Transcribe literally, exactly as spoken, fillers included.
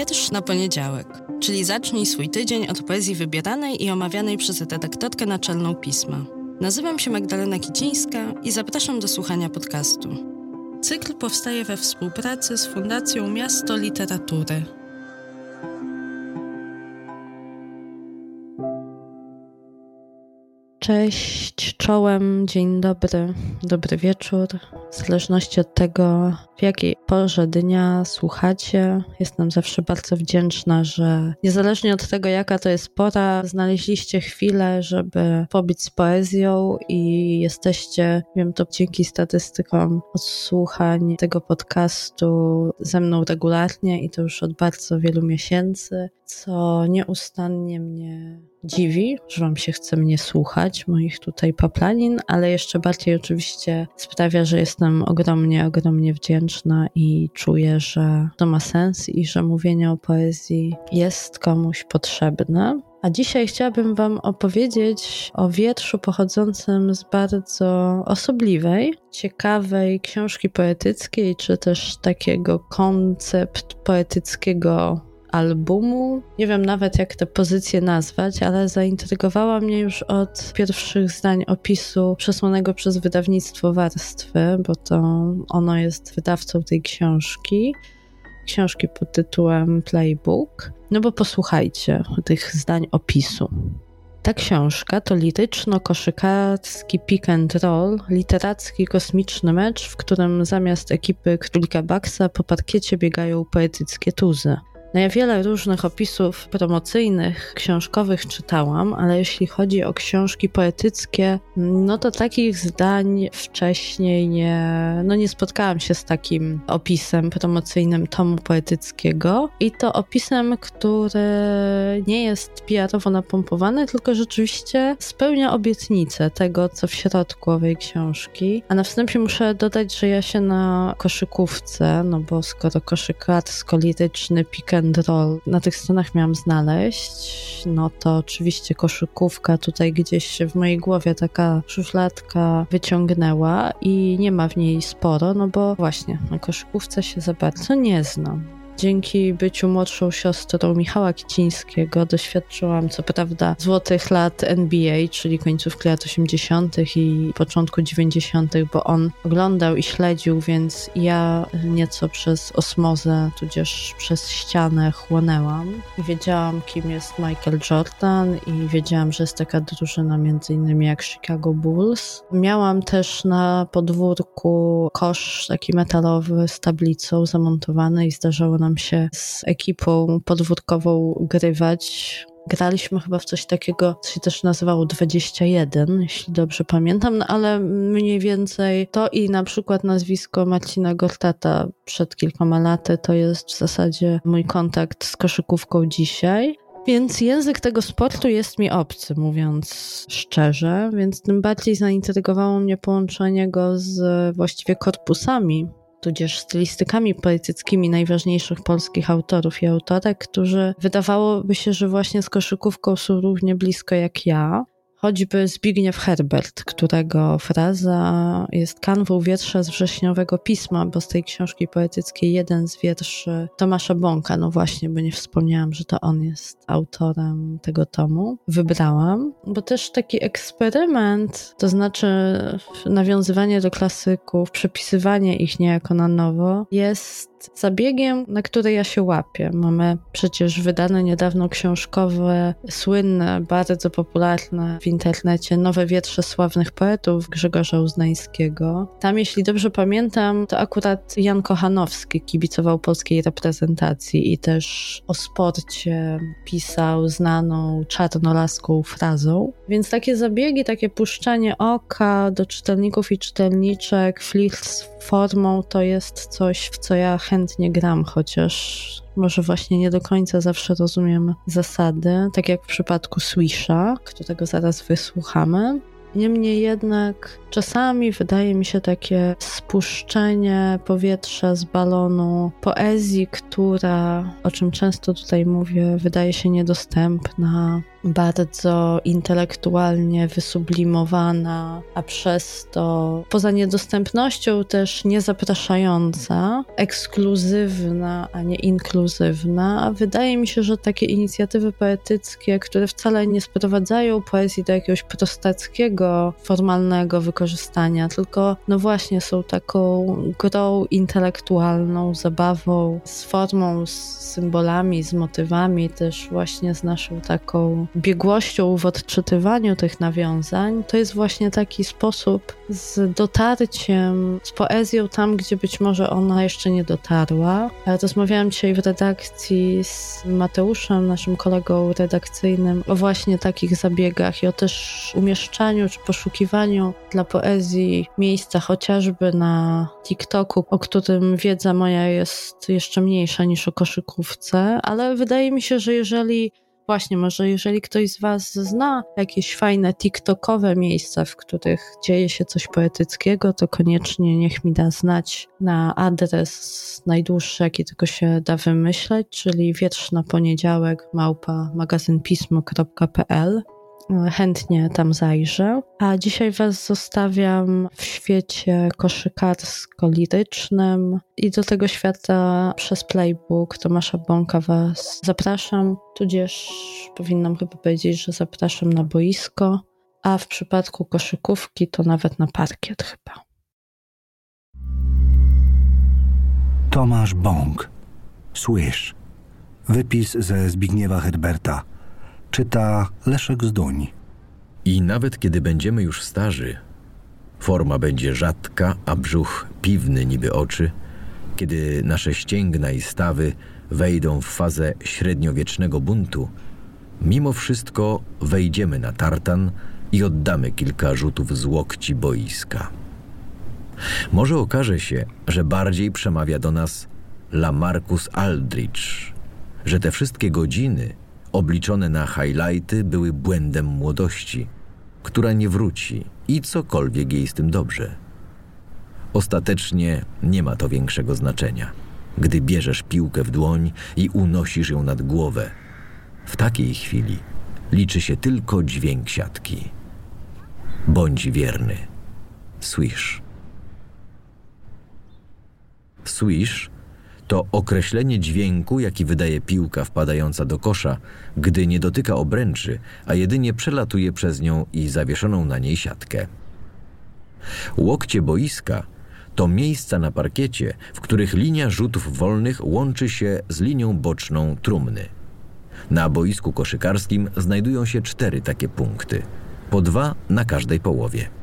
Wiersz na poniedziałek, czyli zacznij swój tydzień od poezji wybieranej i omawianej przez redaktorkę naczelną pisma. Nazywam się Magdalena Kicińska i zapraszam do słuchania podcastu. Cykl powstaje we współpracy z Fundacją Miasto Literatury. Cześć, czołem, dzień dobry, dobry wieczór. W zależności od tego, w jakiej porze dnia słuchacie, jestem zawsze bardzo wdzięczna, że niezależnie od tego, jaka to jest pora, znaleźliście chwilę, żeby pobić z poezją i jesteście, wiem to dzięki statystykom odsłuchań tego podcastu ze mną regularnie i to już od bardzo wielu miesięcy, co nieustannie mnie dziwi, że wam się chce mnie słuchać, moich tutaj paplanin, ale jeszcze bardziej oczywiście sprawia, że jestem ogromnie, ogromnie wdzięczna i czuję, że to ma sens i że mówienie o poezji jest komuś potrzebne. A dzisiaj chciałabym wam opowiedzieć o wierszu pochodzącym z bardzo osobliwej, ciekawej książki poetyckiej, czy też takiego koncept poetyckiego albumu. Nie wiem nawet, jak tę pozycję nazwać, ale zaintrygowała mnie już od pierwszych zdań opisu przesłanego przez wydawnictwo Warstwy, bo to ono jest wydawcą tej książki. Książki pod tytułem Playbook. No bo posłuchajcie tych zdań opisu. Ta książka to lityczno-koszykarski pick and roll, literacki kosmiczny mecz, w którym zamiast ekipy Królika Baksa po parkiecie biegają poetyckie tuzy. No ja wiele różnych opisów promocyjnych, książkowych czytałam, ale jeśli chodzi o książki poetyckie, no to takich zdań wcześniej nie, no nie spotkałam się z takim opisem promocyjnym tomu poetyckiego i to opisem, który nie jest P R-owo napompowany, tylko rzeczywiście spełnia obietnicę tego, co w środku owej książki. A na wstępie muszę dodać, że ja się na koszykówce, no bo skoro koszykarsko-lityczny pick and roll na tych stronach miałam znaleźć, no to oczywiście koszykówka tutaj gdzieś się w mojej głowie taka szufladka wyciągnęła i nie ma w niej sporo, no bo właśnie na koszykówce się za bardzo nie znam. Dzięki byciu młodszą siostrą Michała Kicińskiego doświadczyłam co prawda złotych lat N B A, czyli końcówki lat osiemdziesiątych i początku dziewięćdziesiątych, bo on oglądał i śledził, więc ja nieco przez osmozę, tudzież przez ścianę chłonęłam. Wiedziałam, kim jest Michael Jordan i wiedziałam, że jest taka drużyna między innymi jak Chicago Bulls. Miałam też na podwórku kosz taki metalowy z tablicą zamontowany i zdarzało nam się z ekipą podwórkową grywać. Graliśmy chyba w coś takiego, co się też nazywało dwadzieścia jeden, jeśli dobrze pamiętam, no ale mniej więcej to i na przykład nazwisko Marcina Gortata przed kilkoma laty to jest w zasadzie mój kontakt z koszykówką dzisiaj. Więc język tego sportu jest mi obcy, mówiąc szczerze, więc tym bardziej zaintrygowało mnie połączenie go z właściwie korpusami, tudzież stylistykami poetyckimi najważniejszych polskich autorów i autorek, którzy wydawałoby się, że właśnie z koszykówką są równie blisko jak ja. Choćby Zbigniew Herbert, którego fraza jest kanwą wiersza z wrześniowego pisma, bo z tej książki poetyckiej jeden z wierszy Tomasza Bąka, no właśnie, bo nie wspomniałam, że to on jest autorem tego tomu, wybrałam, bo też taki eksperyment, to znaczy nawiązywanie do klasyków, przepisywanie ich niejako na nowo, jest zabiegiem, na który ja się łapię. Mamy przecież wydane niedawno książkowe, słynne, bardzo popularne w internecie nowe wiersze sławnych poetów Grzegorza Uznańskiego. Tam, jeśli dobrze pamiętam, to akurat Jan Kochanowski kibicował polskiej reprezentacji i też o sporcie pisał znaną czarnolaską frazą. Więc takie zabiegi, takie puszczanie oka do czytelników i czytelniczek, flirt z formą to jest coś, w co ja chętnie gram, chociaż może właśnie nie do końca zawsze rozumiem zasady, tak jak w przypadku Swisha, którego zaraz wysłuchamy. Niemniej jednak czasami wydaje mi się takie spuszczenie powietrza z balonu poezji, która, o czym często tutaj mówię, wydaje się niedostępna, bardzo intelektualnie wysublimowana, a przez to poza niedostępnością też niezapraszająca, ekskluzywna, a nie inkluzywna. A wydaje mi się, że takie inicjatywy poetyckie, które wcale nie sprowadzają poezji do jakiegoś prostackiego, formalnego wykorzystania, tylko no właśnie są taką grą intelektualną, zabawą, z formą, z symbolami, z motywami, też właśnie z naszą taką biegłością w odczytywaniu tych nawiązań. To jest właśnie taki sposób z dotarciem, z poezją tam, gdzie być może ona jeszcze nie dotarła. Rozmawiałam dzisiaj w redakcji z Mateuszem, naszym kolegą redakcyjnym, o właśnie takich zabiegach i o też umieszczaniu czy poszukiwaniu dla poezji miejsca chociażby na TikToku, o którym wiedza moja jest jeszcze mniejsza niż o koszykówce, ale wydaje mi się, że jeżeli Właśnie, może jeżeli ktoś z was zna jakieś fajne tiktokowe miejsca, w których dzieje się coś poetyckiego, to koniecznie niech mi da znać na adres najdłuższy, jaki tylko się da wymyśleć, czyli wiersz na poniedziałek małpa magazynpismo kropka pe el. Chętnie tam zajrzę. A dzisiaj was zostawiam w świecie koszykarsko-lirycznym i do tego świata przez playbook Tomasza Bąka was zapraszam, tudzież powinnam chyba powiedzieć, że zapraszam na boisko, a w przypadku koszykówki to nawet na parkiet chyba. Tomasz Bąk. Słysz. Wypis ze Zbigniewa Herberta. Czyta Leszek Zduń. I nawet kiedy będziemy już starzy, forma będzie rzadka, a brzuch piwny niby oczy, kiedy nasze ścięgna i stawy wejdą w fazę średniowiecznego buntu, mimo wszystko wejdziemy na tartan i oddamy kilka rzutów z łokci boiska. Może okaże się, że bardziej przemawia do nas Lamarcus Aldrich, że te wszystkie godziny obliczone na highlighty były błędem młodości, która nie wróci i cokolwiek jej z tym dobrze. Ostatecznie nie ma to większego znaczenia, gdy bierzesz piłkę w dłoń i unosisz ją nad głowę. W takiej chwili liczy się tylko dźwięk siatki. Bądź wierny. Swish. Swish to określenie dźwięku, jaki wydaje piłka wpadająca do kosza, gdy nie dotyka obręczy, a jedynie przelatuje przez nią i zawieszoną na niej siatkę. Łokcie boiska to miejsca na parkiecie, w których linia rzutów wolnych łączy się z linią boczną trumny. Na boisku koszykarskim znajdują się cztery takie punkty, po dwa na każdej połowie.